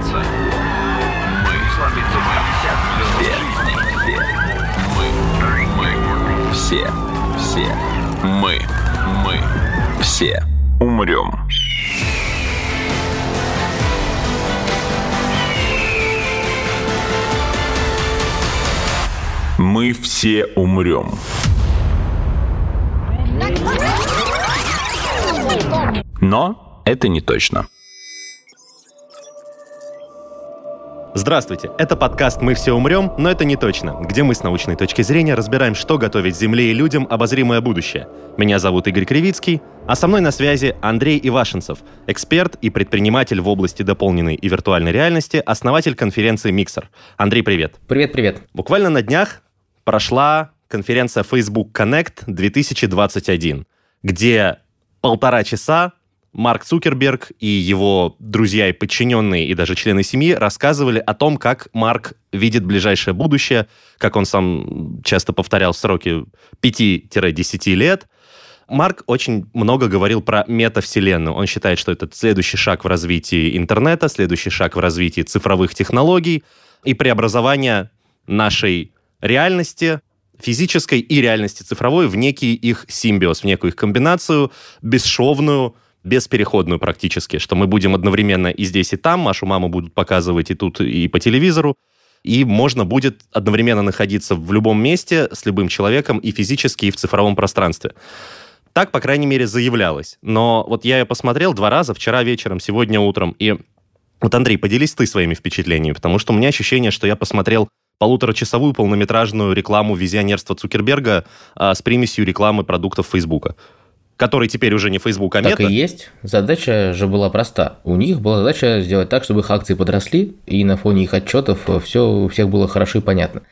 меняться. Мы сломиться мы. Все. Мы все умрем. Мы все умрем. Но это не точно. Здравствуйте, это подкаст «Мы все умрем, но это не точно», где мы с научной точки зрения разбираем, что готовит Земле и людям обозримое будущее. Меня зовут Игорь Кривицкий, а со мной на связи Андрей Ивашенцев, эксперт и предприниматель в области дополненной и виртуальной реальности, основатель конференции Mixer. Андрей, привет. Привет. Буквально на днях прошла конференция Facebook Connect 2021, где 1,5 часа Марк Цукерберг и его друзья и подчиненные, и даже члены семьи рассказывали о том, как Марк видит ближайшее будущее, как он сам часто повторял, в сроки 5-10 лет. Марк очень много говорил про метавселенную. Он считает, что это следующий шаг в развитии интернета, следующий шаг в развитии цифровых технологий и преобразования нашей реальности, физической и реальности цифровой, в некий их симбиоз, в некую их комбинацию бесшовную, беспереходную практически, что мы будем одновременно и здесь, и там, Машу маму будут показывать и тут, и по телевизору, и можно будет одновременно находиться в любом месте с любым человеком и физически, и в цифровом пространстве. Так, по крайней мере, заявлялось. Но вот я ее посмотрел 2 раза, вчера вечером, сегодня утром, и вот, Андрей, поделись ты своими впечатлениями, потому что у меня ощущение, что я посмотрел 1,5-часовую полнометражную рекламу визионерства Цукерберга с примесью рекламы продуктов Фейсбука, который теперь уже не Facebook, а Мета. Так и есть. Задача же была проста. У них была задача сделать так, чтобы их акции подросли, и на фоне их отчетов все у всех было хорошо и понятно.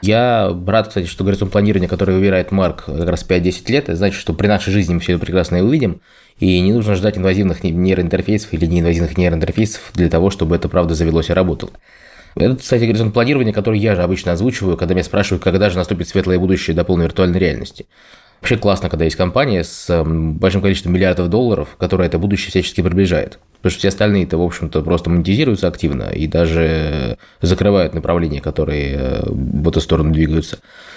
Я рад, кстати, что горизонт планирования, который выбирает Марк, как раз 5-10 лет, это значит, что при нашей жизни мы все это прекрасно и увидим, и не нужно ждать инвазивных нейроинтерфейсов или неинвазивных нейроинтерфейсов для того, чтобы это правда завелось и работало. Это, кстати, горизонт планирования, который я же обычно озвучиваю, когда меня спрашивают, когда же наступит светлое будущее до полной виртуальной реальности. Вообще классно, когда есть компания с большим количеством миллиардов долларов, которая это будущее всячески приближает. Потому что все остальные-то, в общем-то, просто монетизируются активно и даже закрывают направления, которые в эту сторону двигаются.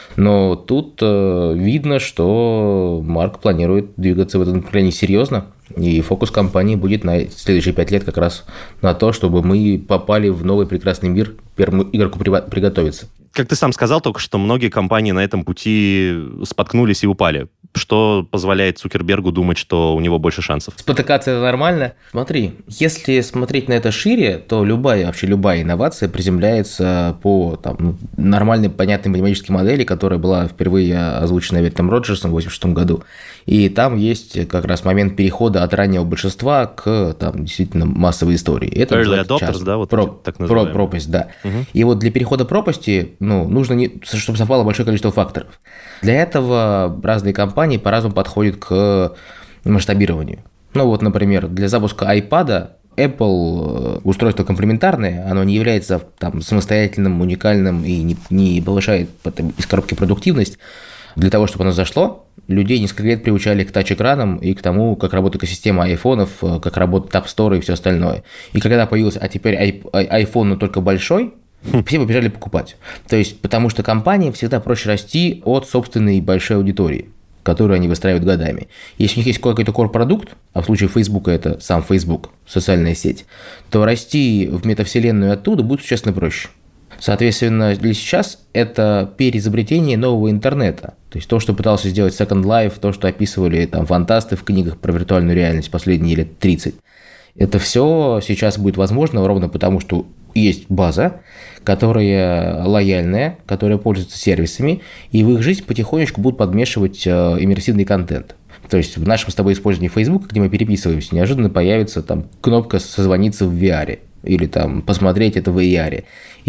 Но тут видно, что Марк планирует двигаться в этом направлении серьезно, и фокус компании будет на следующие 5 лет как раз на то, чтобы мы попали в новый прекрасный мир, первому игроку приготовиться. Как ты сам сказал только что, многие компании на этом пути споткнулись и упали. Что позволяет Цукербергу думать, что у него больше шансов? Спотыкаться – это нормально. Смотри, если смотреть на это шире, то любая инновация приземляется по нормальной, понятной математической модели, которая была впервые озвучена Ветлем Роджерсом в 1986 году. И там есть как раз момент перехода от раннего большинства к действительно массовой истории. Это Early adopters, да? Вот так называемые. Пропасть, да. Угу. И вот для перехода пропасти нужно, чтобы совпало большое количество факторов. Для этого разные компании по-разному подходят к масштабированию. Например, для запуска iPad Apple устройство комплементарное, оно не является самостоятельным, уникальным и не повышает из коробки продуктивность. Для того, чтобы оно зашло, людей несколько лет приучали к тач-экранам и к тому, как работает экосистема айфонов, как работает App Store и все остальное. И когда появился, теперь iPhone, но только большой, все побежали покупать. То есть, потому что компаниям всегда проще расти от собственной большой аудитории, которую они выстраивают годами. Если у них есть какой-то core-продукт, а в случае Facebook это сам Facebook, социальная сеть, то расти в метавселенную оттуда будет существенно проще. Соответственно, для сейчас это переизобретение нового интернета. То есть то, что пытался сделать Second Life, то, что описывали фантасты в книгах про виртуальную реальность последние лет 30. Это все сейчас будет возможно ровно потому, что есть база, которая лояльная, которая пользуется сервисами, и в их жизнь потихонечку будут подмешивать иммерсивный контент. То есть в нашем с тобой использовании Facebook, где мы переписываемся, неожиданно появится кнопка «Созвониться в VR» или «Посмотреть это в AR».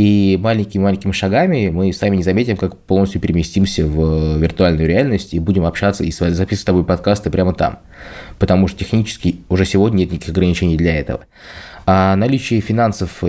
И маленькими шагами мы сами не заметим, как полностью переместимся в виртуальную реальность и будем общаться и записывать с тобой подкасты прямо там. Потому что технически уже сегодня нет никаких ограничений для этого. А наличие финансов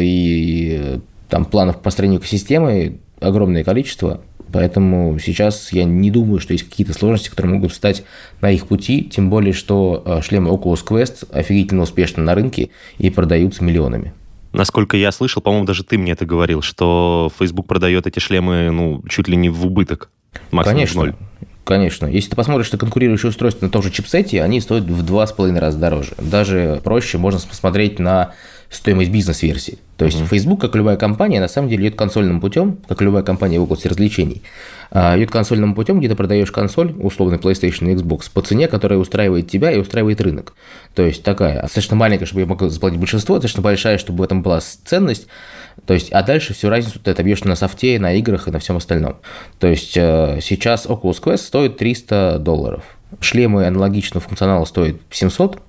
и планов по построению экосистемы огромное количество, поэтому сейчас я не думаю, что есть какие-то сложности, которые могут встать на их пути, тем более, что шлемы Oculus Quest офигительно успешны на рынке и продаются миллионами. Насколько я слышал, по-моему, даже ты мне это говорил, что Facebook продает эти шлемы, чуть ли не в убыток. Максимум в ноль. Конечно. Если ты посмотришь на конкурирующие устройства на том же чипсете, они стоят в 2,5 раза дороже. Даже проще можно посмотреть на стоимость бизнес-версии. То есть Facebook, как любая компания, на самом деле идет консольным путем, как любая компания в области развлечений. Идет консольным путем, где ты продаешь консоль, условный PlayStation и Xbox, по цене, которая устраивает тебя и устраивает рынок. То есть такая достаточно маленькая, чтобы я мог заплатить большинство, достаточно большая, чтобы в этом была ценность. То есть, а дальше всю разницу ты отобьешь на софте, на играх и на всем остальном. То есть сейчас Oculus Quest стоит $300. Шлемы аналогичного функционала стоят 700,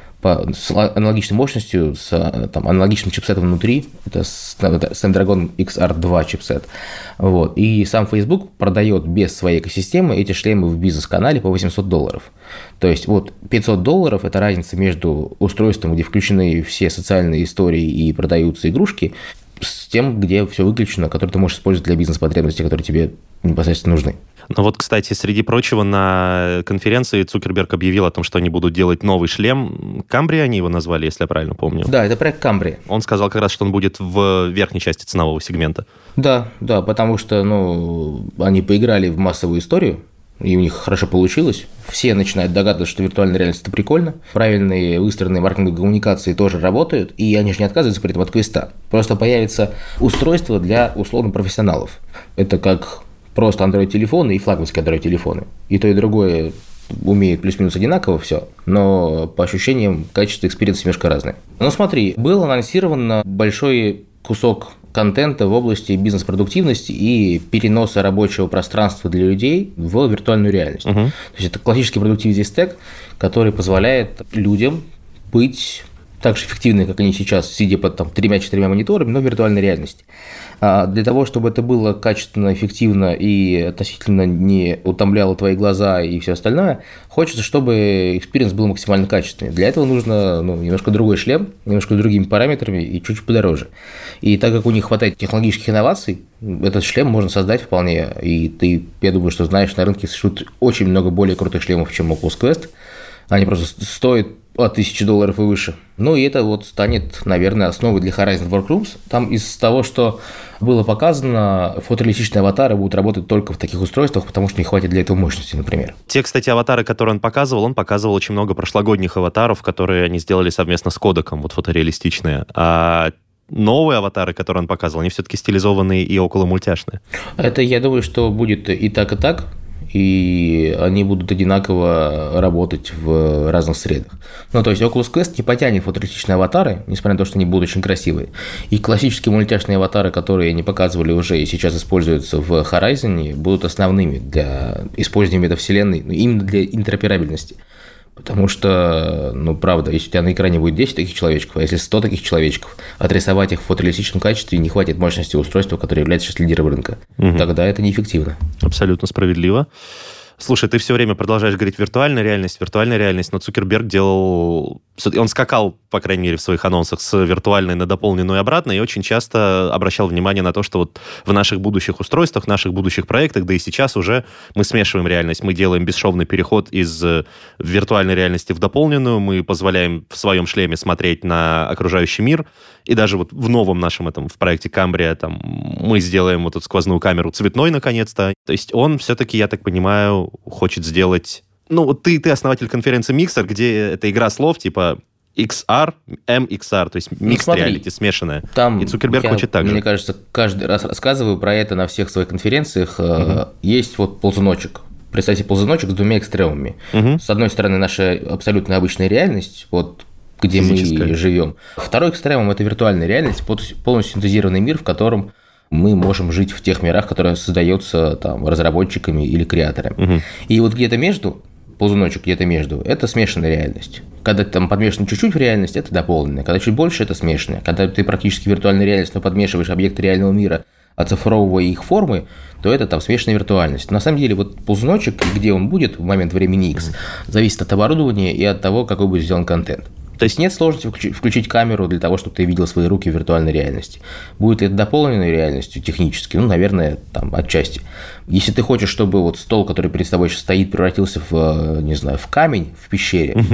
с аналогичной мощностью, с аналогичным чипсетом внутри, это Snapdragon XR2 чипсет. Вот. И сам Facebook продает без своей экосистемы эти шлемы в бизнес-канале по $800. То есть вот $500 – это разница между устройством, где включены все социальные истории и продаются игрушки, с тем, где все выключено, который ты можешь использовать для бизнес-потребностей, которые тебе непосредственно нужны. Ну вот, кстати, среди прочего, на конференции Цукерберг объявил о том, что они будут делать новый шлем. Камбрия они его назвали, если я правильно помню. Да, это проект Камбрия. Он сказал как раз, что он будет в верхней части ценового сегмента. Да, потому что они поиграли в массовую историю, и у них хорошо получилось. Все начинают догадываться, что виртуальная реальность – это прикольно. Правильные выстроенные маркетинговые коммуникации тоже работают, и они же не отказываются при этом от квеста. Просто появится устройство для условно профессионалов. Это как просто Android-телефоны и флагманские Android-телефоны. И то, и другое умеет плюс-минус одинаково все, но по ощущениям качество экспириенса немножко разное. Но смотри, был анонсирован большой кусок контента в области бизнес-продуктивности и переноса рабочего пространства для людей в виртуальную реальность. То есть это классический Productivity Stack, который позволяет людям быть так же эффективны, как они сейчас, сидя под 3-4 мониторами, но в виртуальной реальности. А для того, чтобы это было качественно, эффективно и относительно не утомляло твои глаза и все остальное, хочется, чтобы экспириенс был максимально качественный. Для этого нужно немножко другой шлем, немножко другими параметрами и чуть-чуть подороже. И так как у них хватает технологических инноваций, этот шлем можно создать вполне. И ты, я думаю, что знаешь, на рынке существует очень много более крутых шлемов, чем Oculus Quest. Они просто стоят от $1000 и выше. И это станет, наверное, основой для Horizon Workrooms. Там из того, что было показано, фотореалистичные аватары будут работать только в таких устройствах, потому что не хватит для этого мощности, например. Те, кстати, аватары, которые он показывал очень много прошлогодних аватаров, которые они сделали совместно с Кодеком, фотореалистичные. А новые аватары, которые он показывал, они все-таки стилизованные и около мультяшные. Это, я думаю, что будет и так, и так. И они будут одинаково работать в разных средах. То есть Oculus Quest не потянет фотореалистичные аватары, несмотря на то, что они будут очень красивые. И классические мультяшные аватары, которые они показывали уже и сейчас используются в Horizon, будут основными для использования метавселенной, именно для интероперабельности. Потому что, правда, если у тебя на экране будет 10 таких человечков, а если 100 таких человечков, отрисовать их в фотореалистичном качестве не хватит мощности устройства, которое является сейчас лидером рынка. Тогда это неэффективно. Абсолютно справедливо. Слушай, ты все время продолжаешь говорить виртуальная реальность, но Цукерберг делал... Он скакал, по крайней мере, в своих анонсах с виртуальной на дополненную и обратно, и очень часто обращал внимание на то, что в наших будущих устройствах, наших будущих проектах, да и сейчас уже мы смешиваем реальность, мы делаем бесшовный переход из виртуальной реальности в дополненную, мы позволяем в своем шлеме смотреть на окружающий мир, и даже в новом нашем в проекте Камбрия мы сделаем эту сквозную камеру цветной наконец-то. То есть он все-таки, я так понимаю, хочет сделать... Ты основатель конференции Mixer, где это игра слов типа XR, MXR, то есть Mixed Reality, смешанная. Там и Цукерберг хочет так же. Мне кажется, каждый раз рассказываю про это на всех своих конференциях. Есть ползуночек. Представьте ползуночек с двумя экстремумами. С одной стороны, наша абсолютно обычная реальность, где мы живем. Второй экстремум – это виртуальная реальность, полностью синтезированный мир, в котором мы можем жить в тех мирах, которые создаются разработчиками или креаторами. И где-то между, ползуночек где-то между, это смешанная реальность. Когда ты подмешан чуть-чуть в реальность, это дополненная. Когда чуть больше, это смешанная. Когда ты практически виртуальная реальность, но подмешиваешь объекты реального мира, оцифровывая их формы, то это смешанная виртуальность. На самом деле, ползуночек, где он будет в момент времени X, зависит от оборудования и от того, какой будет сделан контент. То есть нет сложности включить камеру для того, чтобы ты видел свои руки в виртуальной реальности. Будет ли это дополненной реальностью технически? Наверное, отчасти. Если ты хочешь, чтобы стол, который перед тобой сейчас стоит, превратился в камень в пещере,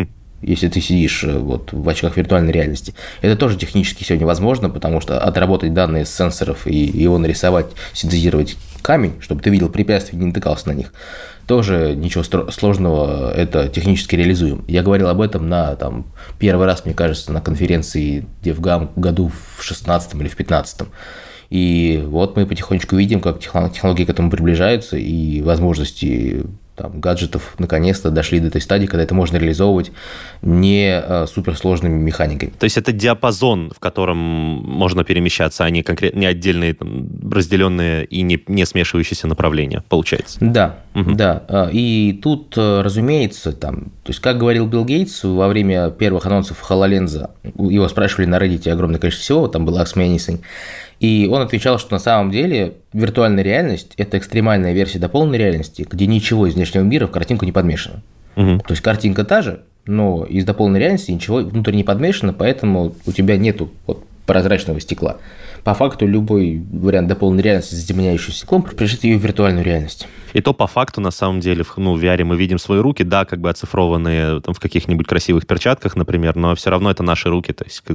если ты сидишь вот в очках виртуальной реальности. Это тоже технически сегодня возможно, потому что отработать данные с сенсоров и его нарисовать, синтезировать камень, чтобы ты видел препятствия и не натыкался на них, тоже ничего сложного, это технически реализуем. Я говорил об этом первый раз, мне кажется, на конференции DevGam году в 16 или в 15. И вот мы потихонечку видим, как технологии к этому приближаются, и возможности гаджетов наконец-то дошли до той стадии, когда это можно реализовывать не суперсложными механиками. То есть это диапазон, в котором можно перемещаться, а не не отдельные разделенные и не смешивающиеся направления, получается. Да, да. И тут, разумеется, то есть, как говорил Билл Гейтс во время первых анонсов HoloLens, его спрашивали на Reddit огромное количество всего, там был Ask Me Anything, и он отвечал, что на самом деле виртуальная реальность – это экстремальная версия дополненной реальности, где ничего из внешнего мира в картинку не подмешано. То есть картинка та же, но из дополненной реальности ничего внутрь не подмешано, поэтому у тебя нету прозрачного стекла. По факту любой вариант дополненной реальности с затемняющим стеклом превращает ее в виртуальную реальность. И то по факту, на самом деле, в VR мы видим свои руки, да, как бы оцифрованные в каких-нибудь красивых перчатках, например, но все равно это наши руки, то есть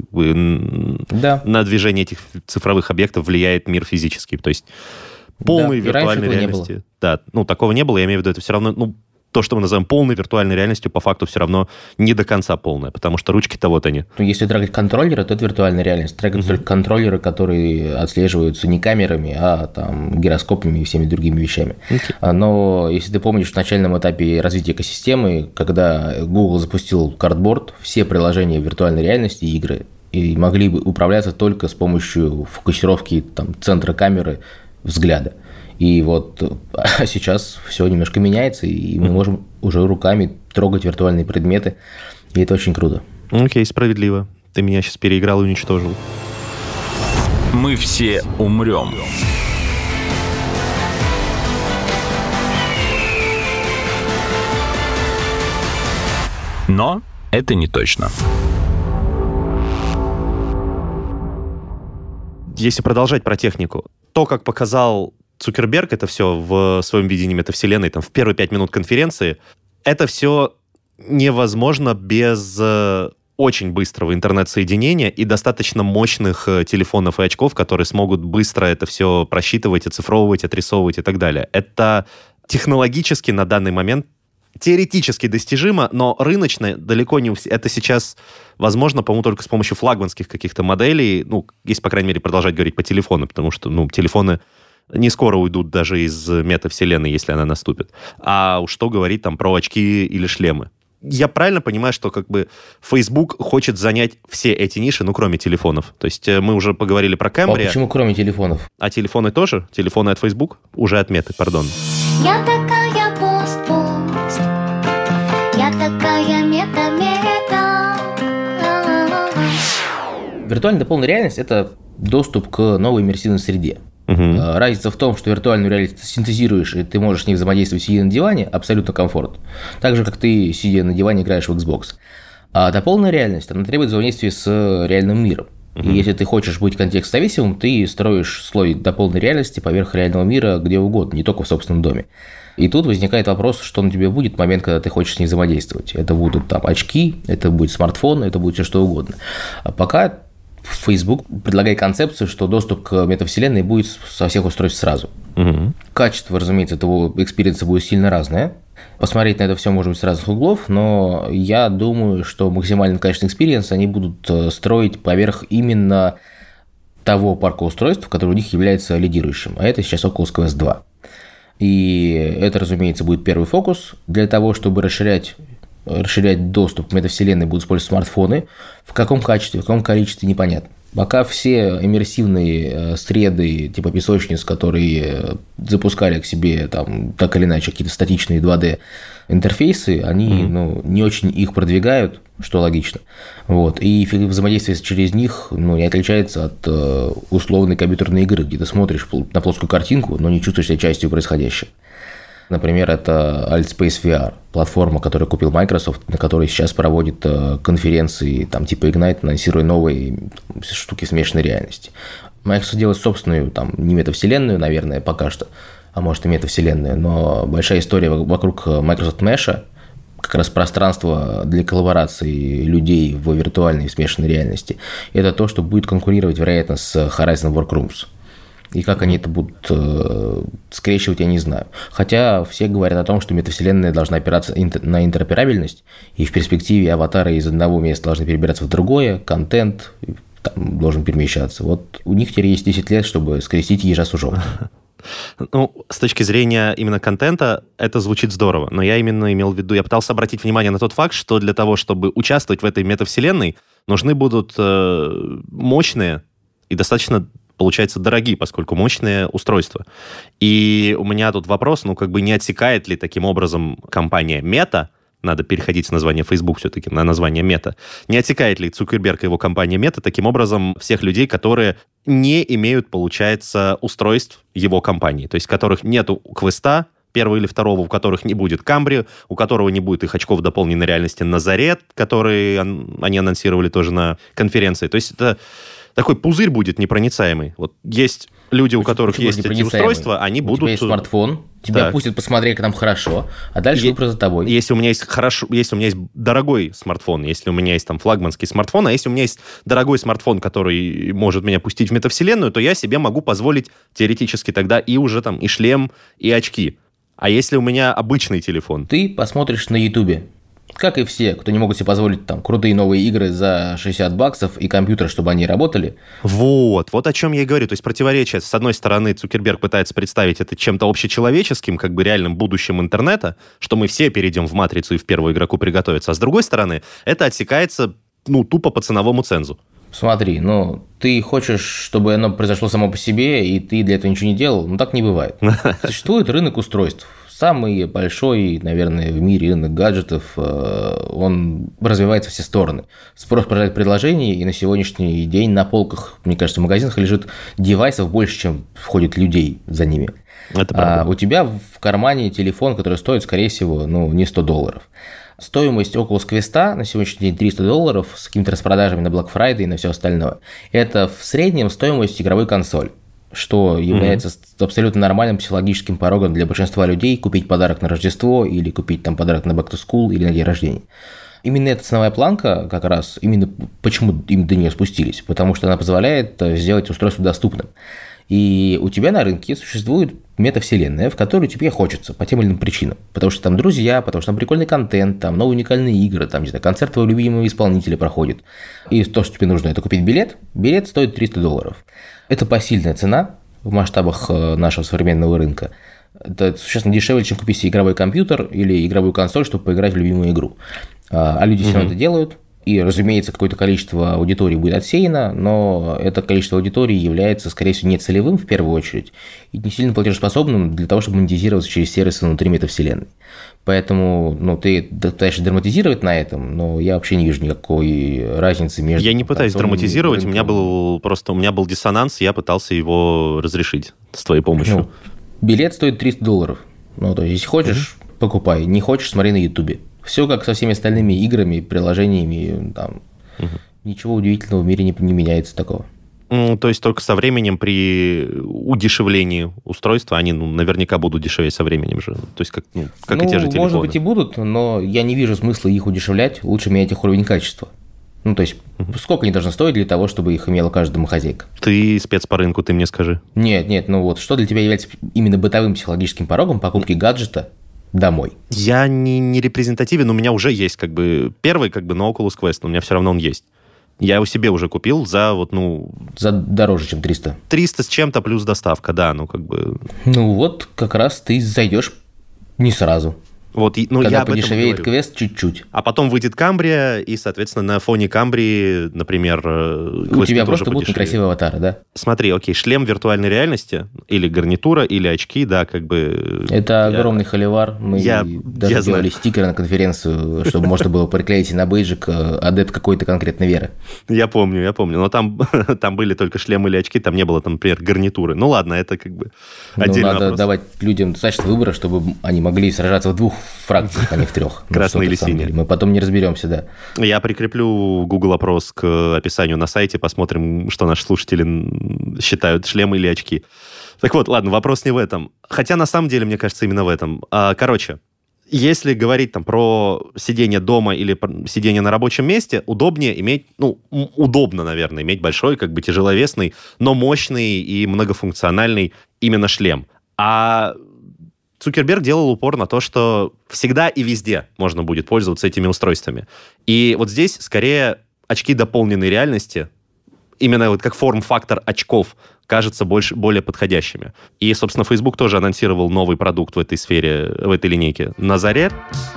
на движение этих цифровых объектов влияет мир физический, то есть полной виртуальной реальности. Да, такого не было, я имею в виду, это все равно, то, что мы называем полной виртуальной реальностью, по факту все равно не до конца полная, потому что ручки-то вот они. Если трекать контроллеры, то это виртуальная реальность. Трекать только контроллеры, которые отслеживаются не камерами, а гироскопами и всеми другими вещами. Но если ты помнишь, в начальном этапе развития экосистемы, когда Google запустил Cardboard, все приложения виртуальной реальности, игры, и могли бы управляться только с помощью фокусировки центра камеры взгляда. И вот сейчас все немножко меняется, и мы можем уже руками трогать виртуальные предметы, и это очень круто. Окей, справедливо. Ты меня сейчас переиграл и уничтожил. Мы все умрем. Но это не точно. Если продолжать про технику, то, как показал Цукерберг это все в своем видении метавселенной, в первые 5 минут конференции, это все невозможно без очень быстрого интернет-соединения и достаточно мощных телефонов и очков, которые смогут быстро это все просчитывать, оцифровывать, отрисовывать и так далее. Это технологически на данный момент теоретически достижимо, но рыночно далеко не... Это сейчас возможно, по-моему, только с помощью флагманских каких-то моделей, если, по крайней мере, продолжать говорить по телефону, потому что, телефоны не скоро уйдут даже из метавселенной, если она наступит. А уж что говорить про очки или шлемы. Я правильно понимаю, что Facebook хочет занять все эти ниши, кроме телефонов? То есть мы уже поговорили про Camry. А почему кроме телефонов? А телефоны тоже? Телефоны от Facebook? Уже от Меты, пардон. Я такая пост-пост, я такая мета-мета. Виртуальная дополненная реальность – это доступ к новой иммерсивной среде. Разница в том, что виртуальную реальность ты синтезируешь, и ты можешь с ней взаимодействовать, сидя на диване, абсолютно комфорт. Так же, как ты, сидя на диване, играешь в Xbox. А дополненная реальность, она требует взаимодействия с реальным миром. И если ты хочешь быть контекст-зависимым, ты строишь слой дополненной реальности поверх реального мира где угодно, не только в собственном доме. И тут возникает вопрос, что на тебе будет в момент, когда ты хочешь с ней взаимодействовать. Это будут очки, это будет смартфон, это будет все что угодно. А пока Facebook предлагает концепцию, что доступ к метавселенной будет со всех устройств сразу. Качество, разумеется, этого экспириенса будет сильно разное. Посмотреть на это все можно быть с разных углов, но я думаю, что максимально качественный экспириенс они будут строить поверх именно того парка устройств, который у них является лидирующим, а это сейчас Oculus Quest 2. И это, разумеется, будет первый фокус. Для того, чтобы расширять доступ к метавселенной, будут использовать смартфоны. В каком качестве, в каком количестве, непонятно. Пока все иммерсивные среды, типа песочниц, которые запускали к себе так или иначе какие-то статичные 2D интерфейсы, они не очень их продвигают, что логично. И взаимодействие через них не отличается от условной компьютерной игры, где ты смотришь на плоскую картинку, но не чувствуешь себя частью происходящего. Например, это Altspace VR, платформа, которую купил Microsoft, на которой сейчас проводит конференции типа Ignite, анонсируя новые штуки смешанной реальности. Microsoft делает собственную, не метавселенную, наверное, пока что, а может и метавселенную, но большая история вокруг Microsoft Mesh, как раз пространство для коллаборации людей в виртуальной и смешанной реальности, это то, что будет конкурировать, вероятно, с Horizon Workrooms. И как они это будут скрещивать, я не знаю. Хотя все говорят о том, что метавселенная должна опираться на интероперабельность, и в перспективе аватары из одного места должны перебираться в другое, контент там должен перемещаться. Вот у них теперь есть 10 лет, чтобы скрестить ежа с ужом. Ну, с точки зрения именно контента, это звучит здорово, но я именно имел в виду, я пытался обратить внимание на тот факт, что для того, чтобы участвовать в этой метавселенной, нужны будут мощные и достаточно, получается, дорогие, поскольку мощные устройства. И у меня тут вопрос, не отсекает ли таким образом компания Meta, надо переходить с названия Facebook все-таки на название Meta, не отсекает ли Цукерберг и его компания Meta таким образом всех людей, которые не имеют, получается, устройств его компании, то есть у которых нету квеста, первого или второго, у которых не будет Камбри, у которого не будет их очков дополненной реальности Назарет, которые они анонсировали тоже на конференции. То есть это такой пузырь будет непроницаемый. Вот есть люди, у которых есть эти устройства, они будут... У тебя есть смартфон, тебя пустят посмотреть, как там хорошо, а дальше выбор за тобой. Если у меня есть дорогой смартфон, если у меня есть там флагманский смартфон, а если у меня есть дорогой смартфон, который может меня пустить в метавселенную, то я себе могу позволить теоретически тогда и уже там и шлем, и очки. А если у меня обычный телефон? Ты посмотришь на Ютубе. Как и все, кто не могут себе позволить там крутые новые игры за $60 и компьютер, чтобы они работали. Вот о чем я и говорю. То есть противоречие. С одной стороны, Цукерберг пытается представить это чем-то общечеловеческим, как бы реальным будущим интернета, что мы все перейдем в матрицу и в первую игроку приготовиться. А с другой стороны, это отсекается, тупо по ценовому цензу. Смотри, ты хочешь, чтобы оно произошло само по себе, и ты для этого ничего не делал? Так не бывает. Существует рынок устройств. Самый большой, наверное, в мире рынок гаджетов, он развивается во все стороны. Спрос порождает предложение, и на сегодняшний день на полках, мне кажется, в магазинах лежит девайсов больше, чем входит людей за ними. Это правда. У тебя в кармане телефон, который стоит, скорее всего, не $100. Стоимость Oculus Quest на сегодняшний день $300 с какими-то распродажами на Black Friday и на все остальное. Это в среднем стоимость игровой консоли, что является абсолютно нормальным психологическим порогом для большинства людей купить подарок на Рождество или купить там подарок на Back to School или на день рождения. Именно эта ценовая планка, как раз, именно почему им до нее спустились, потому что она позволяет сделать устройство доступным. И у тебя на рынке существует метавселенная, в которую тебе хочется по тем или иным причинам. Потому что там друзья, потому что там прикольный контент, там новые уникальные игры, там где-то концерт твоего любимого исполнителя проходит. И то, что тебе нужно, это купить билет. Билет стоит $300. Это посильная цена в масштабах нашего современного рынка. Это существенно дешевле, чем купить себе игровой компьютер или игровую консоль, чтобы поиграть в любимую игру. А люди все равно это делают. И, разумеется, какое-то количество аудитории будет отсеяно, но это количество аудитории является, скорее всего, не целевым в первую очередь и не сильно платежеспособным для того, чтобы монетизироваться через сервисы внутри метавселенной. Поэтому, ты пытаешься драматизировать на этом, но я вообще не вижу никакой разницы между... Я не пытаюсь драматизировать, у меня был диссонанс, я пытался его разрешить с твоей помощью. Билет стоит $300. То есть, если хочешь, покупай, не хочешь, смотри на Ютубе. Все как со всеми остальными играми, приложениями, там ничего удивительного в мире не меняется такого. То есть только со временем при удешевлении устройства они наверняка будут дешеветь со временем же. То есть как и те же телефоны. Может быть и будут, но я не вижу смысла их удешевлять, лучше менять их уровень качества. То есть сколько они должны стоить для того, чтобы их имела каждая домохозяйка? Ты спец по рынку, ты мне скажи. Нет, что для тебя является именно бытовым психологическим порогом покупки гаджета домой? Я не репрезентативен, у меня уже есть первый на Oculus Quest, но у меня все равно он есть. Я его себе уже купил за За дороже, чем 300. 300 с чем-то плюс доставка, да, как раз ты зайдешь не сразу. Когда подешевеет квест чуть-чуть. А потом выйдет Камбрия, и, соответственно, на фоне Камбрии, например, у тебя просто будут некрасивые аватары, да? Смотри, шлем виртуальной реальности, или гарнитура, или очки, да, Это огромный холивар. Мы даже делали стикеры на конференцию, чтобы можно было приклеить на бейджик адепт какой-то конкретной веры. Я помню. Но там были только шлемы или очки, там не было, например, гарнитуры. Ладно, это отдельный вопрос. Надо давать людям достаточно выбора, чтобы они могли сражаться в двух фракциях, а не в трех. Красный или синий. Мы потом не разберемся, да. Я прикреплю Google опрос к описанию на сайте, посмотрим, что наши слушатели считают, шлемы или очки. Так вот, ладно, вопрос не в этом. Хотя, на самом деле, мне кажется, именно в этом. Если говорить там про сидение дома или сидение на рабочем месте, удобнее иметь, удобно, наверное, иметь большой, как бы тяжеловесный, но мощный и многофункциональный именно шлем. А Цукерберг делал упор на то, что всегда и везде можно будет пользоваться этими устройствами. И вот здесь скорее очки дополненной реальности, именно вот как форм-фактор очков, кажется более подходящими. И, собственно, Facebook тоже анонсировал новый продукт в этой сфере, в этой линейке. Назарет.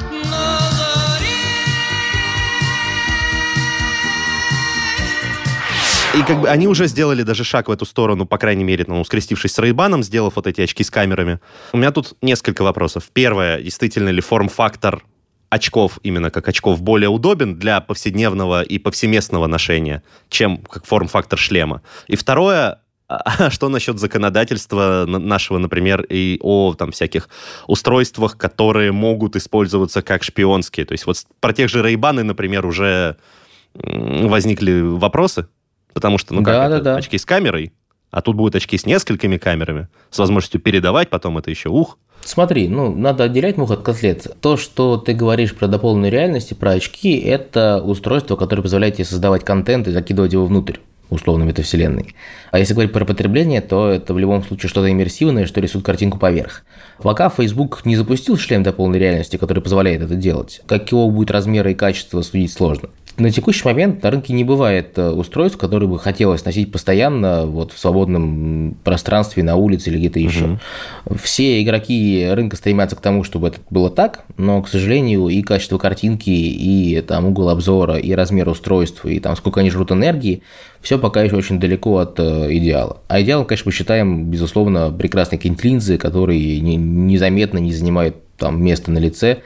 И как бы они уже сделали даже шаг в эту сторону, по крайней мере, скрестившись с Ray-Ban, сделав вот эти очки с камерами. У меня тут несколько вопросов. Первое, действительно ли форм-фактор очков, именно как очков, более удобен для повседневного и повсеместного ношения, чем как форм-фактор шлема? И второе, а что насчет законодательства нашего, например, и о там всяких устройствах, которые могут использоваться как шпионские? То есть вот про тех же Ray-Ban, например, уже возникли вопросы, потому что, очки с камерой, а тут будут очки с несколькими камерами, с возможностью передавать потом это еще Смотри, надо отделять мух от котлет. То, что ты говоришь про дополненную реальность и про очки, это устройство, которое позволяет тебе создавать контент и закидывать его внутрь условно метавселенной. А если говорить про потребление, то это в любом случае что-то иммерсивное, что рисует картинку поверх. Пока Facebook не запустил шлем дополненной реальности, который позволяет это делать, какого будет размера и качества, судить сложно. На текущий момент на рынке не бывает устройств, которые бы хотелось носить постоянно в свободном пространстве, на улице или где-то еще. Все игроки рынка стремятся к тому, чтобы это было так, но, к сожалению, и качество картинки, и там угол обзора, и размер устройств, и там сколько они жрут энергии, все пока еще очень далеко от идеала. А идеалом, конечно, мы считаем, безусловно, прекрасные какие-нибудь линзы, которые незаметно не занимают там место на лице,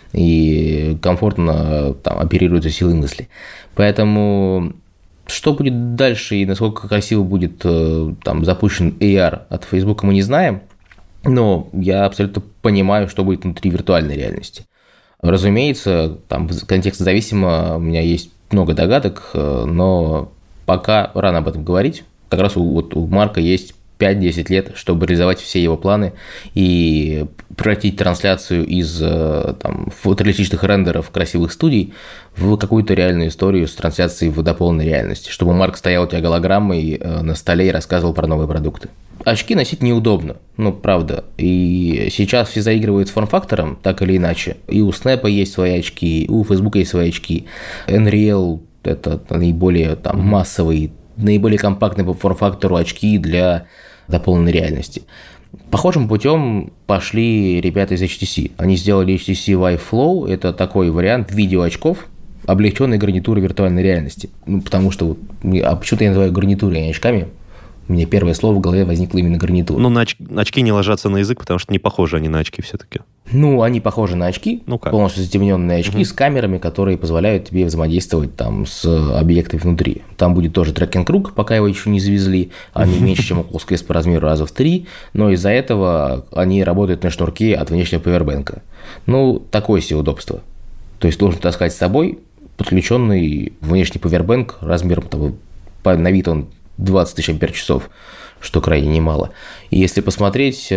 и комфортно там оперируются силой мысли. Поэтому что будет дальше и насколько красиво будет там запущен AR от Facebook, мы не знаем, но я абсолютно понимаю, что будет внутри виртуальной реальности. Разумеется, там контекстозависимо у меня есть много догадок, но пока рано об этом говорить. Как раз у Марка есть 5-10 лет, чтобы реализовать все его планы и превратить трансляцию из фотореалистичных рендеров красивых студий в какую-то реальную историю с трансляцией в дополненной реальности, чтобы Марк стоял у тебя голограммой на столе и рассказывал про новые продукты. Очки носить неудобно, правда. И сейчас все заигрывают с форм-фактором, так или иначе. И у Snap есть свои очки, и у Facebook есть свои очки. Nreal – это наиболее массовый, наиболее компактный по форм-фактору очки для дополненной реальности. Похожим путем пошли ребята из HTC. Они сделали HTC Vive Flow. Это такой вариант видеоочков, облегченной гарнитуры виртуальной реальности. Потому что... почему-то я называю гарнитурой, а не очками. У меня первое слово в голове возникло именно гарнитура. Очки не ложатся на язык, потому что не похожи они на очки все-таки. Они похожи на очки, полностью затемненные очки с камерами, которые позволяют тебе взаимодействовать с объектами внутри. Там будет тоже трекинг-круг, пока его еще не завезли. Они меньше, чем Oculus Quest по размеру раза в 3, но из-за этого они работают на шнурке от внешнего павербэнка. Такое себе удобство. То есть должен таскать с собой подключенный внешний павербэнк размером, на вид он 20 тысяч ампер-часов, что крайне немало. И если посмотреть,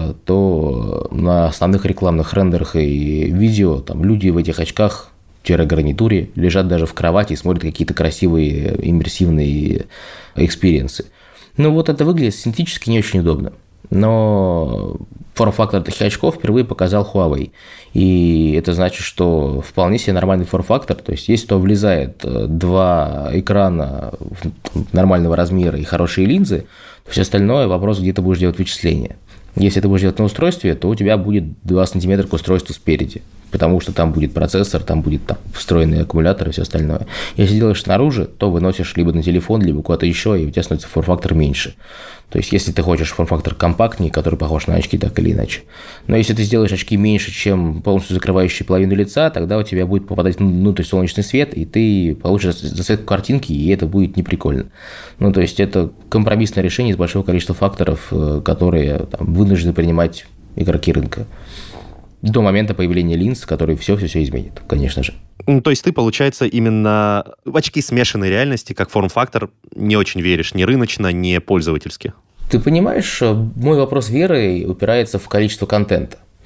то на основных рекламных рендерах и видео люди в этих очках гарнитуре лежат даже в кровати и смотрят какие-то красивые иммерсивные экспириенсы. Это выглядит синтетически не очень удобно. Но форм-фактор таких очков впервые показал Huawei. И это значит, что вполне себе нормальный форм-фактор. То есть, если туда влезает 2 экрана нормального размера и хорошие линзы, то все остальное вопрос, где ты будешь делать вычисления. Если ты будешь делать на устройстве, то у тебя будет 2 сантиметра к устройству спереди, потому что там будет процессор, там будет встроенный аккумулятор и все остальное. Если делаешь снаружи, то выносишь либо на телефон, либо куда-то еще, и у тебя становится форм-фактор меньше. То есть, если ты хочешь форм-фактор компактнее, который похож на очки, так или иначе. Но если ты сделаешь очки меньше, чем полностью закрывающие половину лица, тогда у тебя будет попадать внутрь солнечный свет, и ты получишь засветку картинки, и это будет неприкольно. То есть, это компромиссное решение из большого количества факторов, которые вынуждены принимать игроки рынка. До момента появления линз, которые все изменят, конечно же. То есть ты, получается, именно в очки смешанной реальности, как форм-фактор, не очень веришь ни рыночно, ни пользовательски? Ты понимаешь, мой вопрос веры упирается в количество контента.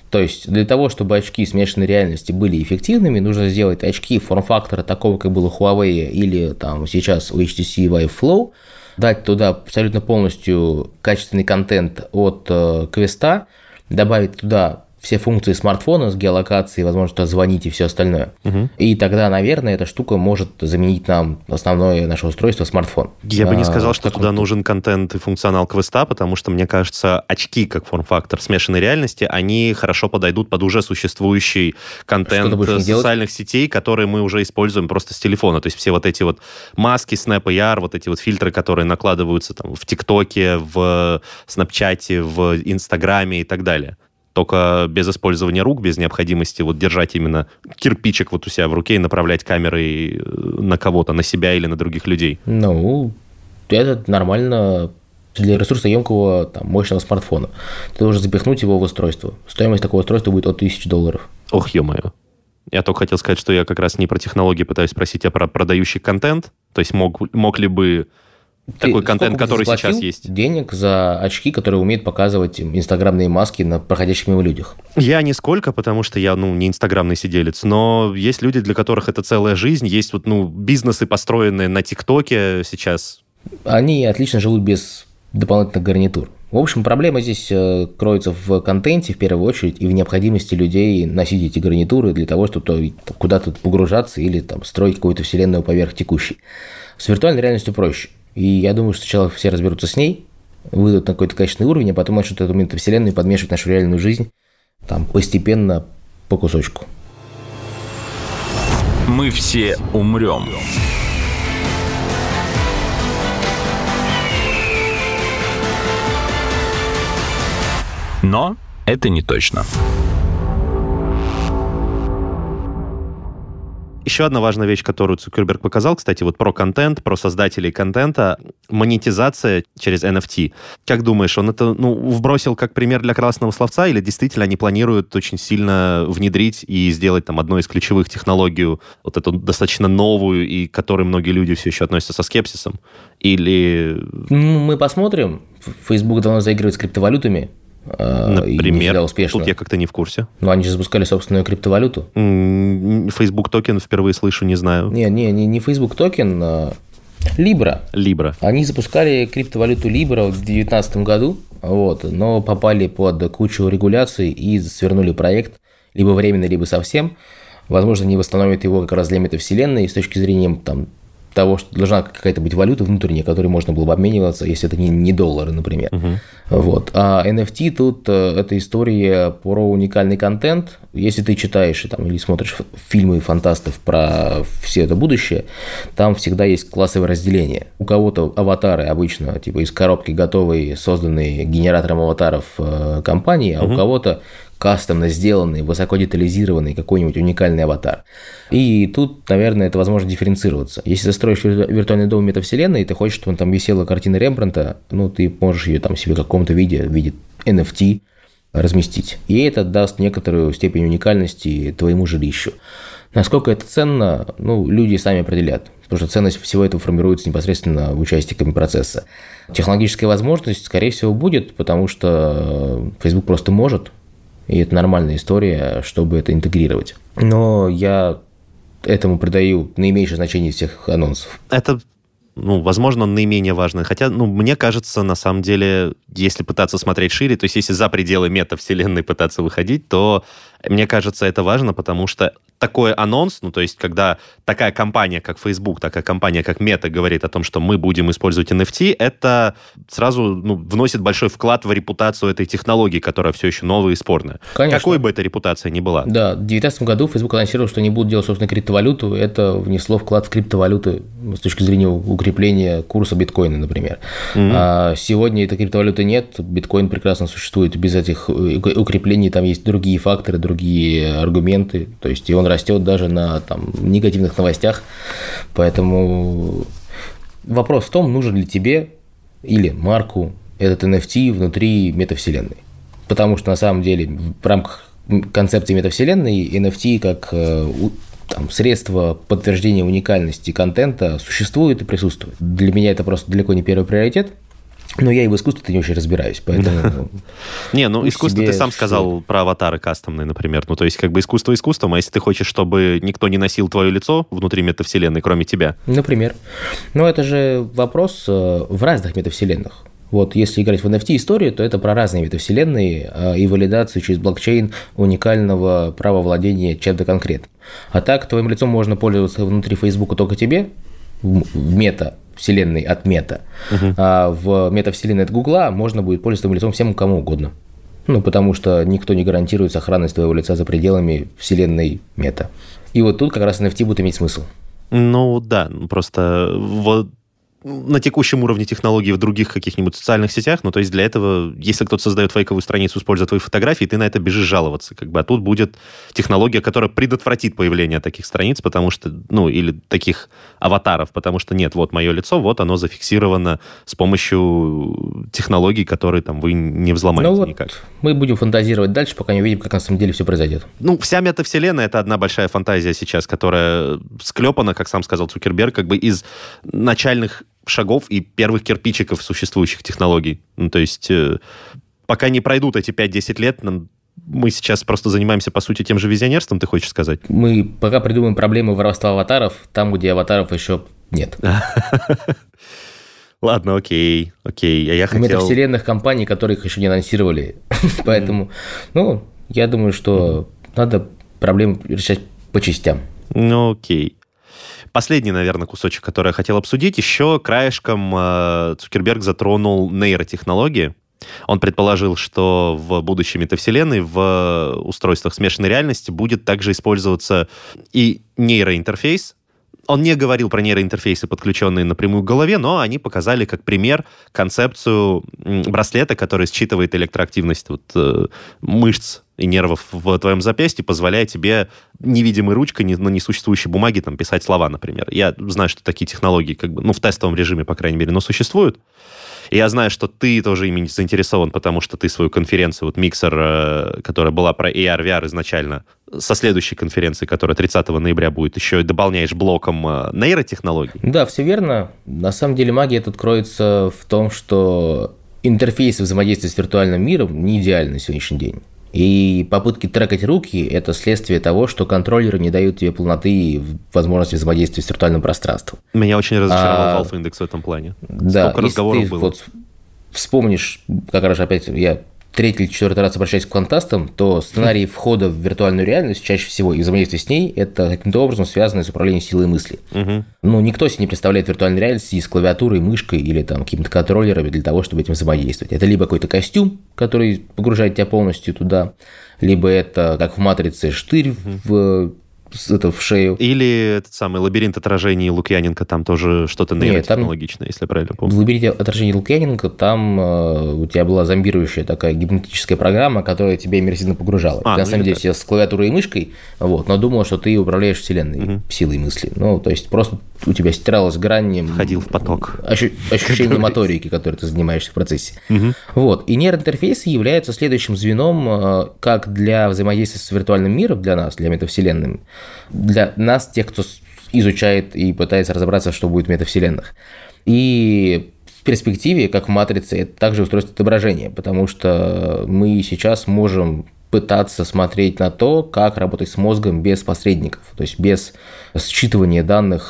То есть для того, чтобы очки смешанной реальности были эффективными, нужно сделать очки форм-фактора такого, как было у Huawei или там сейчас у HTC Vive Flow, дать туда абсолютно полностью качественный контент от Квеста, добавить туда все функции смартфона с геолокацией, возможно, звонить и все остальное. И тогда, наверное, эта штука может заменить нам основное наше устройство смартфон. Я бы не сказал, что туда нужен контент и функционал Квеста, потому что, мне кажется, очки как форм-фактор смешанной реальности, они хорошо подойдут под уже существующий контент социальных сетей, которые мы уже используем просто с телефона. То есть все вот эти вот маски, Snap AR, вот эти вот фильтры, которые накладываются там в ТикТоке, в Снапчате, в Инстаграме и так далее. Только без использования рук, без необходимости вот держать именно кирпичик вот у себя в руке и направлять камерой на кого-то, на себя или на других людей. Ну, это нормально для ресурсоемкого там, мощного смартфона. Ты должен запихнуть его в устройство. Стоимость такого устройства будет от $1000. Ох, ё-моё. Я только хотел сказать, что я как раз не про технологии пытаюсь спросить, а про продающий контент. То есть мог ли бы такой контент, который сейчас есть. Денег за очки, которые умеют показывать инстаграмные маски на проходящих мимо людях? Я нисколько, потому что я, не инстаграмный сиделец, но есть люди, для которых это целая жизнь, есть вот, бизнесы, построенные на ТикТоке сейчас. Они отлично живут без дополнительных гарнитур. В общем, проблема здесь кроется в контенте, в первую очередь, и в необходимости людей носить эти гарнитуры для того, чтобы куда-то погружаться или там, строить какую-то вселенную поверх текущей. С виртуальной реальностью проще. И я думаю, что сначала все разберутся с ней, выйдут на какой-то качественный уровень, а потом начнут эту метавселенную подмешивать в нашу реальную жизнь там, постепенно, по кусочку. Мы все умрем. Но это не точно. Еще одна важная вещь, которую Цукерберг показал, кстати, вот про контент, про создателей контента, монетизация через NFT. Как думаешь, он это вбросил как пример для красного словца, или действительно они планируют очень сильно внедрить и сделать там одной из ключевых технологий, вот эту достаточно новую, и к которой многие люди все еще относятся со скепсисом? Или... Мы посмотрим. Facebook давно заигрывает с криптовалютами. Например, тут я как-то не в курсе. Но они же запускали собственную криптовалюту. Facebook токен впервые слышу, не знаю. Не Facebook токен, а Libra. Они запускали криптовалюту Libra в 2019 году, но попали под кучу регуляций и свернули проект либо временно, либо совсем. Возможно, не восстановят его как раз для метавселенной с точки зрения того, что должна какая-то быть валюта внутренняя, которой можно было бы обмениваться, если это не доллары, например. А NFT тут это история про уникальный контент. Если ты читаешь или смотришь фильмы фантастов про все это будущее, там всегда есть классовое разделение. У кого-то аватары обычно из коробки готовые, созданные генератором аватаров компании, а у кого-то кастомно сделанный, высоко детализированный какой-нибудь уникальный аватар. И тут, наверное, это возможно дифференцироваться. Если ты строишь виртуальный дом метавселенной, и ты хочешь, чтобы там висела картина Рембрандта, ты можешь ее себе в каком-то виде, в виде NFT разместить. И это даст некоторую степень уникальности твоему жилищу. Насколько это ценно, люди сами определят. Потому что ценность всего этого формируется непосредственно участниками процесса. Технологическая возможность, скорее всего, будет, потому что Facebook просто может. И это нормальная история, чтобы это интегрировать. Но я этому придаю наименьшее значение из всех анонсов. Это, возможно, наименее важно. Хотя, мне кажется, на самом деле, если пытаться смотреть шире, то есть если за пределы метавселенной пытаться выходить, то, мне кажется, это важно, потому что такой анонс, то есть когда такая компания, как Facebook, такая компания, как Meta говорит о том, что мы будем использовать NFT, это сразу вносит большой вклад в репутацию этой технологии, которая все еще новая и спорная. Конечно. Какой бы эта репутация ни была. Да, в 2019 году Facebook анонсировал, что они будут делать собственную криптовалюту. Это внесло вклад в криптовалюты с точки зрения укрепления курса биткоина, например. А сегодня этой криптовалюты нет, биткоин прекрасно существует без этих укреплений, там есть другие факторы, другие аргументы, то есть и он растет даже на негативных новостях. Поэтому вопрос в том, нужен ли тебе или Марку этот NFT внутри метавселенной. Потому что на самом деле в рамках концепции метавселенной NFT как средство подтверждения уникальности контента существует и присутствует. Для меня это просто далеко не первый приоритет. Но я и в искусстве не очень разбираюсь, поэтому... Не, ну искусство ты сам сказал про аватары кастомные, например. Ну, то есть, как бы искусство искусством, а если ты хочешь, чтобы никто не носил твое лицо внутри метавселенной, кроме тебя? Например. Но это же вопрос в разных метавселенных. Вот если играть в NFT-историю, то это про разные метавселенные и валидацию через блокчейн уникального права владения чем-то конкретным. А так, твоим лицом можно пользоваться внутри Фейсбука только тебе, в мета-вселенной от мета, а в метавселенной от Гугла можно будет пользоваться твоим лицом всем кому угодно. Ну, потому что никто не гарантирует сохранность твоего лица за пределами вселенной мета. И вот тут как раз NFT будет иметь смысл. Ну, да, просто вот на текущем уровне технологий в других каких-нибудь социальных сетях, ну, то есть для этого, если кто-то создает фейковую страницу, используя твои фотографии, ты на это бежишь жаловаться, как бы, а тут будет технология, которая предотвратит появление таких страниц, потому что, ну, или таких аватаров, потому что нет, вот мое лицо, вот оно зафиксировано с помощью технологий, которые там вы не взломаете ну, никак. Вот мы будем фантазировать дальше, пока не увидим, как на самом деле все произойдет. Ну, вся метавселенная — это одна большая фантазия сейчас, которая склепана, как сам сказал Цукерберг, как бы из начальных шагов и первых кирпичиков существующих технологий. Ну, то есть, пока не пройдут эти 5-10 лет, мы сейчас просто занимаемся, по сути, тем же визионерством, ты хочешь сказать? Мы пока придумаем проблемы воровства аватаров там, где аватаров еще нет. Ладно, окей. А я хотел... Метавселенных компаний, которые их еще не анонсировали. Поэтому, ну, я думаю, что надо проблемы решать по частям. Ну, окей. Последний, наверное, кусочек, который я хотел обсудить. Еще краешком Цукерберг затронул нейротехнологии. Он предположил, что в будущей метавселенной в устройствах смешанной реальности будет также использоваться и нейроинтерфейс. Он не говорил про нейроинтерфейсы, подключенные напрямую к голове, но они показали как пример концепцию браслета, который считывает электроактивность мышц и нервов в твоем запястье, позволяя тебе невидимой ручкой на несуществующей бумаге там, писать слова, например. Я знаю, что такие технологии как бы, ну, в тестовом режиме, по крайней мере, но существуют. И я знаю, что ты тоже ими заинтересован, потому что ты свою конференцию, вот Mixer, которая была про AR, VR изначально, со следующей конференции, которая 30 ноября будет, еще и дополняешь блоком нейротехнологий. Да, все верно. На самом деле магия тут кроется в том, что интерфейсы взаимодействия с виртуальным миром не идеальны на сегодняшний день. И попытки трекать руки – это следствие того, что контроллеры не дают тебе полноты и возможности взаимодействия с виртуальным пространством. Меня очень разочаровал Alpha Index в этом плане. Да, сколько разговоров было. Вот вспомнишь, как раз опять я третий или четвертый раз обращаюсь к фантастам, то сценарий входа в виртуальную реальность чаще всего и взаимодействие с ней – это каким-то образом связано с управлением силой мысли. Ну, никто себе не представляет виртуальную реальность с клавиатурой, мышкой или там какими-то контроллерами для того, чтобы этим взаимодействовать. Это либо какой-то костюм, который погружает тебя полностью туда, либо это, как в «Матрице», штырь в шею. Или этот самый лабиринт отражений Лукьяненко, там тоже что-то нейротехнологичное, если я правильно помню. В лабиринте отражений Лукьяненко там у тебя была зомбирующая такая гипнотическая программа, которая тебя иммерсивно погружала. Ты, на самом деле, сидел с клавиатурой и мышкой, вот, но думал, что ты управляешь вселенной силой мысли. Ну, то есть просто у тебя стиралась грань... Входил в поток. Ощущение моторики, которой ты занимаешься в процессе. Вот. И нейроинтерфейсы являются следующим звеном как для взаимодействия с виртуальным миром, для нас, для метавселенной, для нас, тех, кто изучает и пытается разобраться, что будет в метавселенных. И в перспективе, как в «Матрице», это также устройство отображения, потому что мы сейчас можем пытаться смотреть на то, как работать с мозгом без посредников, то есть без считывания данных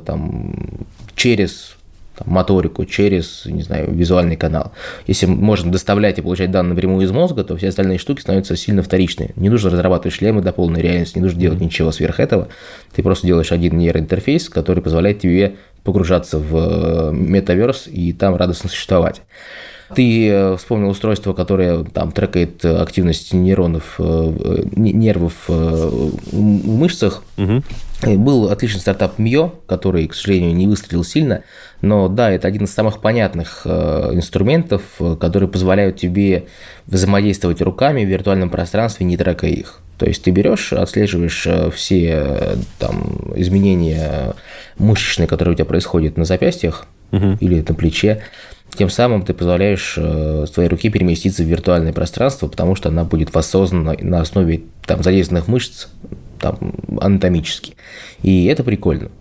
через моторику, через, не знаю, визуальный канал. Если можно доставлять и получать данные напрямую из мозга, то все остальные штуки становятся сильно вторичными. Не нужно разрабатывать шлемы до полной реальности, не нужно делать ничего сверх этого. Ты просто делаешь один нейроинтерфейс, который позволяет тебе погружаться в метаверс и там радостно существовать. Ты вспомнил устройство, которое там трекает активность нервов в мышцах. Был отличный стартап Mio, который, к сожалению, не выстрелил сильно, но да, это один из самых понятных инструментов, которые позволяют тебе взаимодействовать руками в виртуальном пространстве, не трекая их. То есть ты берешь, отслеживаешь все там изменения мышечные, которые у тебя происходят на запястьях или на плече. Тем самым ты позволяешь твоей руке переместиться в виртуальное пространство, потому что она будет воссоздана на основе там задействованных мышц там, анатомически. И это прикольно.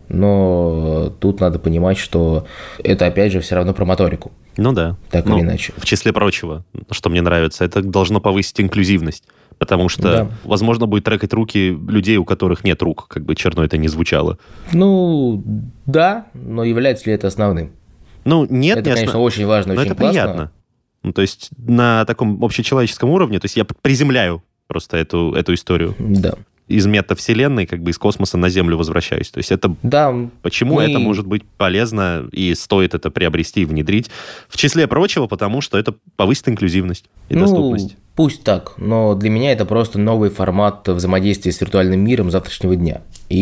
Но тут надо понимать, что это, опять же, все равно про моторику. Ну да. Так или иначе. В числе прочего, что мне нравится, это должно повысить инклюзивность. Потому что, возможно, будет трекать руки людей, у которых нет рук, как бы черно это не звучало. Ну, да, но является ли это основным? Ну, нет, это, конечно, очень важно, но очень это классно. Приятно. Ну, то есть на таком общечеловеческом уровне, то есть я приземляю просто эту историю. Да. Из метавселенной, как бы из космоса на Землю возвращаюсь. То есть это... Да. Почему это может быть полезно и стоит это приобрести и внедрить? В числе прочего, потому что это повысит инклюзивность и доступность. Пусть так, но для меня это просто новый формат взаимодействия с виртуальным миром завтрашнего дня.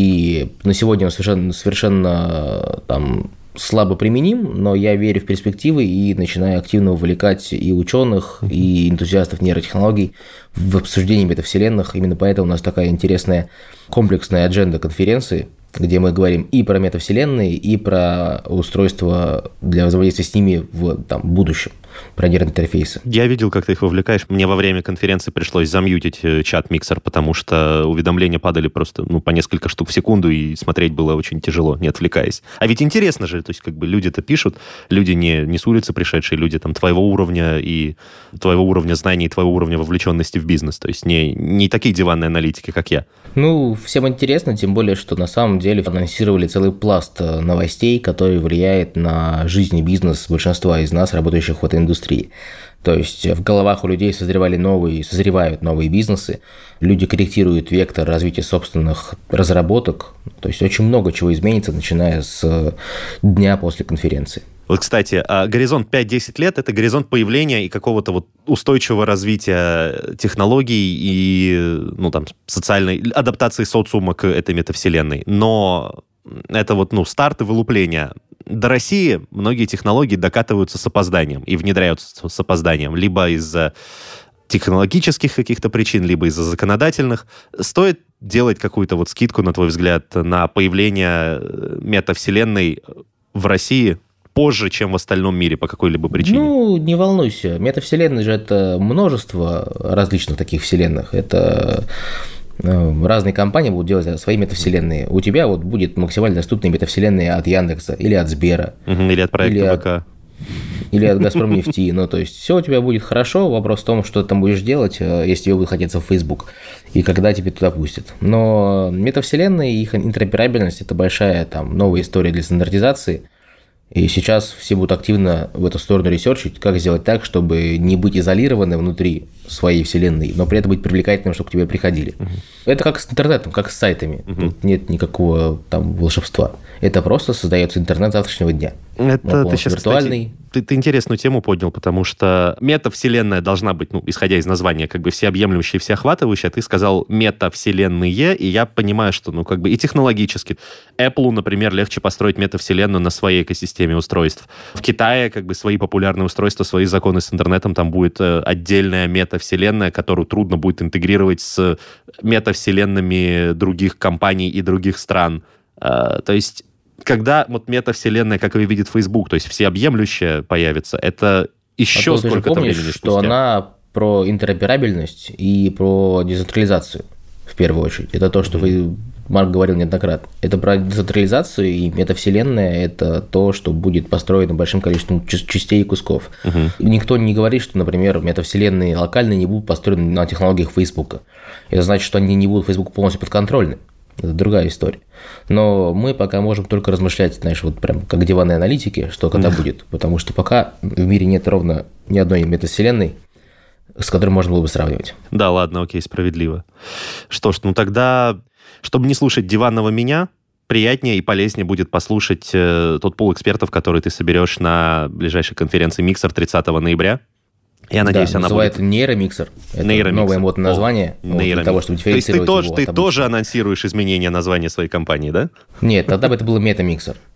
И на сегодня он совершенно там слабо применим, но я верю в перспективы и начинаю активно увлекать и ученых, и энтузиастов нейротехнологий в обсуждении метавселенных. Именно поэтому у нас такая интересная комплексная адженда конференции, где мы говорим и про метавселенные, и про устройства для взаимодействия с ними в будущем, про нейроинтерфейсы. Я видел, как ты их вовлекаешь. Мне во время конференции пришлось замьютить чат Mixer, потому что уведомления падали просто по несколько штук в секунду, и смотреть было очень тяжело, не отвлекаясь. А ведь интересно же, то есть как бы люди-то пишут, люди не с улицы пришедшие, люди там твоего уровня знаний, и твоего уровня вовлеченности в бизнес, то есть не такие диванные аналитики, как я. Ну, всем интересно, тем более, что на самом деле анонсировали целый пласт новостей, который влияет на жизнь и бизнес большинства из нас, работающих в этой индустрии. То есть в головах у людей созревают новые бизнесы, люди корректируют вектор развития собственных разработок. То есть очень много чего изменится, начиная с дня после конференции. Вот, кстати, горизонт 5-10 лет – это горизонт появления и какого-то устойчивого развития технологий и социальной адаптации социума к этой метавселенной. Но это старт и вылупление. До России многие технологии докатываются с опозданием и внедряются с опозданием. Либо из-за технологических каких-то причин, либо из-за законодательных. Стоит делать какую-то скидку, на твой взгляд, на появление метавселенной в России позже, чем в остальном мире по какой-либо причине? Ну, не волнуйся. Метавселенные же это множество различных таких вселенных. Это разные компании будут делать свои метавселенные. У тебя будет максимально доступные метавселенные от Яндекса или от Сбера. Или от проекта ВК. Или от Газпромнефти. Ну, то есть, все у тебя будет хорошо. Вопрос в том, что ты там будешь делать, если тебе будет хотеться в Facebook. И когда тебе туда пустят. Но метавселенные и их интероперабельность – это большая новая история для стандартизации. И сейчас все будут активно в эту сторону ресерчить, как сделать так, чтобы не быть изолированным внутри своей вселенной, но при этом быть привлекательным, чтобы к тебе приходили. Это как с интернетом, как с сайтами. Тут нет никакого волшебства. Это просто создается интернет завтрашнего дня. Это ты сейчас, виртуальный. Кстати, ты интересную тему поднял, потому что метавселенная должна быть, исходя из названия, всеобъемлющая, всеохватывающая. Ты сказал метавселенные, и я понимаю, что, и технологически. Apple, например, легче построить метавселенную на своей экосистеме устройств. В Китае, свои популярные устройства, свои законы с интернетом, там будет отдельная метавселенная, которую трудно будет интегрировать с метавселенными других компаний и других стран. То есть когда метавселенная, как ее видит Facebook, то есть всеобъемлющая появится, это еще сколько-то времени спустя. Что она про интероперабельность и про децентрализацию в первую очередь. Это то, что Марк говорил неоднократно. Это про децентрализацию, и метавселенная – это то, что будет построено большим количеством частей и кусков. Никто не говорит, что, например, метавселенные локальные не будут построены на технологиях Facebook. Это значит, что они не будут Facebook полностью подконтрольны. Это другая история. Но мы пока можем только размышлять, прям как диванные аналитики, что когда будет. Потому что пока в мире нет ровно ни одной метавселенной, с которой можно было бы сравнивать. Да, ладно, окей, справедливо. Что ж, тогда, чтобы не слушать диванного меня, приятнее и полезнее будет послушать тот пул экспертов, который ты соберешь на ближайшей конференции Mixer 30 ноября. Я надеюсь, она будет... называется нейромиксер. Это новое модное название для того, чтобы дифференцировать его. То есть ты тоже анонсируешь изменение названия своей компании, да? Нет, тогда бы это было метамиксер.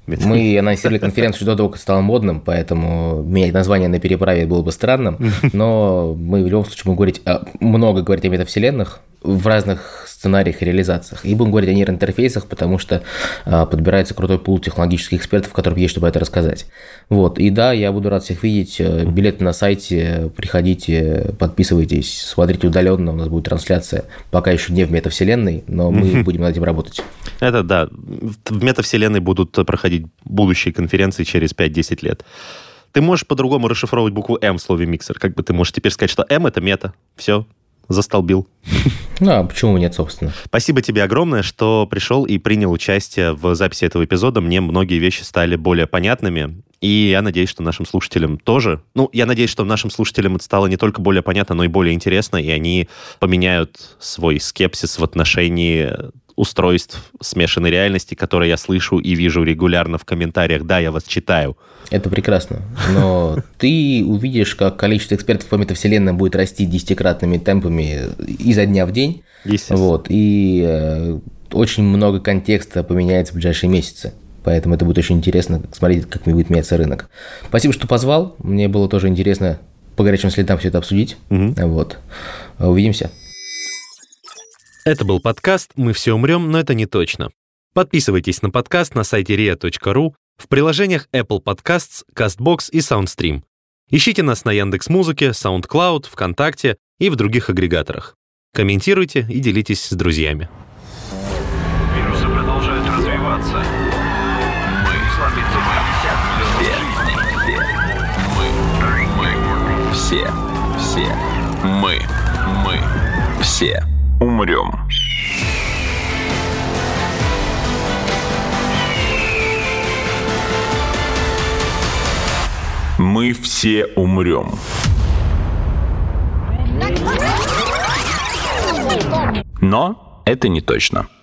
Мы анонсировали конференцию до того, как стало модным, поэтому менять название на переправе было бы странным, но мы в любом случае будем много говорить о метавселенных в разных сценариях и реализациях. И будем говорить о нейроинтерфейсах, потому что подбирается крутой пул технологических экспертов, которым есть, чтобы это рассказать. Вот. И да, я буду рад всех видеть. Билеты на сайте, приходите, подписывайтесь, смотрите удаленно, у нас будет трансляция. Пока еще не в метавселенной, но мы будем над этим работать. Это да. В метавселенной будут проходить будущие конференции через 5-10 лет. Ты можешь по-другому расшифровывать букву «М» в слове «миксер». Как бы ты можешь теперь сказать, что «М» — это мета. Все. Застолбил. Ну, а почему нет, собственно? Спасибо тебе огромное, что пришел и принял участие в записи этого эпизода. Мне многие вещи стали более понятными, и я надеюсь, что нашим слушателям тоже. Ну, я надеюсь, что нашим слушателям это стало не только более понятно, но и более интересно, и они поменяют свой скепсис в отношении устройств смешанной реальности, которые я слышу и вижу регулярно в комментариях. Да, я вас читаю. Это прекрасно. Но ты увидишь, как количество экспертов по метавселенным будет расти 10-кратными темпами изо дня в день. Вот. И очень много контекста поменяется в ближайшие месяцы. Поэтому это будет очень интересно смотреть, как будет меняться рынок. Спасибо, что позвал. Мне было тоже интересно по горячим следам все это обсудить. Вот. Увидимся. Это был подкаст «Мы все умрем, но это не точно». Подписывайтесь на подкаст на сайте ria.ru, в приложениях Apple Podcasts, CastBox и SoundStream. Ищите нас на Яндекс.Музыке, SoundCloud, ВКонтакте и в других агрегаторах. Комментируйте и делитесь с друзьями. Вирусы продолжают развиваться. Мы все умрем. Мы все умрем. Но это не точно.